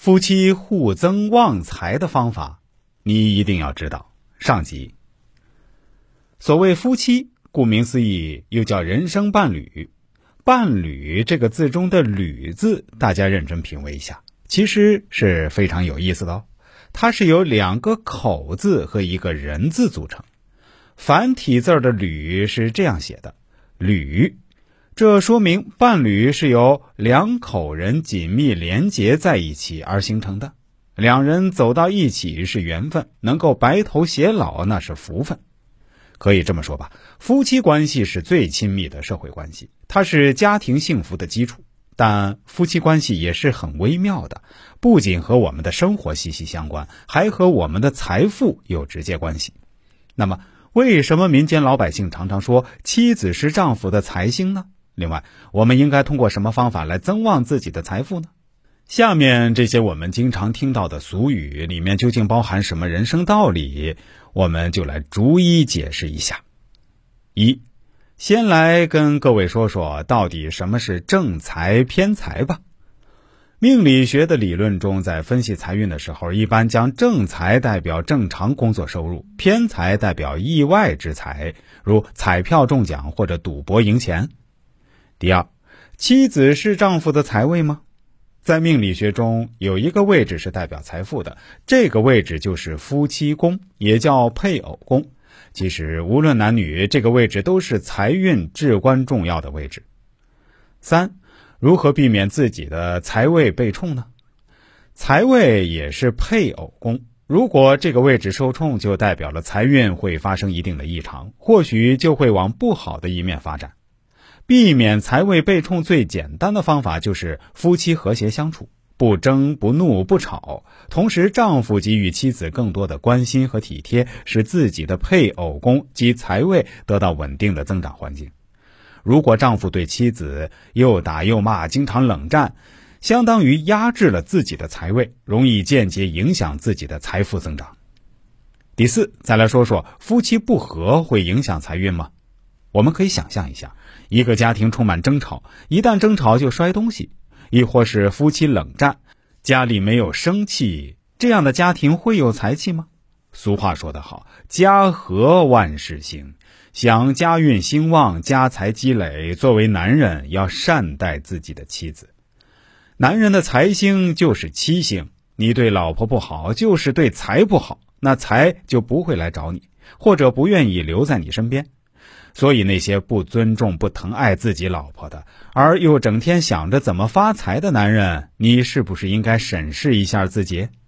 夫妻互增旺财的方法，你一定要知道。上集。所谓夫妻，顾名思义，又叫人生伴侣。伴侣这个字中的侣字，大家认真品味一下，其实是非常有意思的哦。它是由2个口字和1个人字组成。繁体字的侣是这样写的，侣，这说明伴侣是由2口人紧密连结在一起而形成的。2人走到一起是缘分，能够白头偕老那是福分。可以这么说吧，夫妻关系是最亲密的社会关系，它是家庭幸福的基础。但夫妻关系也是很微妙的，不仅和我们的生活息息相关，还和我们的财富有直接关系。那么为什么民间老百姓常常说妻子是丈夫的财星呢？另外，我们应该通过什么方法来增旺自己的财富呢？下面这些我们经常听到的俗语里面究竟包含什么人生道理，我们就来逐一解释一下。先来跟各位说说到底什么是正财偏财吧。命理学的理论中，在分析财运的时候，一般将正财代表正常工作收入，偏财代表意外之财，如彩票中奖或者赌博赢钱。第二，妻子是丈夫的财位吗？在命理学中，有一个位置是代表财富的，这个位置就是夫妻宫，也叫配偶宫。其实无论男女，这个位置都是财运至关重要的位置。3，如何避免自己的财位被冲呢？财位也是配偶宫，如果这个位置受冲，就代表了财运会发生一定的异常，或许就会往不好的一面发展。避免财位被冲最简单的方法就是夫妻和谐相处，不争不怒不吵，同时丈夫给予妻子更多的关心和体贴，使自己的配偶宫及财位得到稳定的增长环境。如果丈夫对妻子又打又骂，经常冷战，相当于压制了自己的财位，容易间接影响自己的财富增长。第4，再来说说夫妻不和会影响财运吗？我们可以想象一下，一个家庭充满争吵，一旦争吵就摔东西，亦或是夫妻冷战，家里没有生气，这样的家庭会有财气吗？俗话说得好，家和万事兴。想家运兴旺，家财积累，作为男人要善待自己的妻子。男人的财星就是妻星，你对老婆不好，就是对财不好，那财就不会来找你，或者不愿意留在你身边。所以那些不尊重不疼爱自己老婆的，而又整天想着怎么发财的男人，你是不是应该审视一下自己？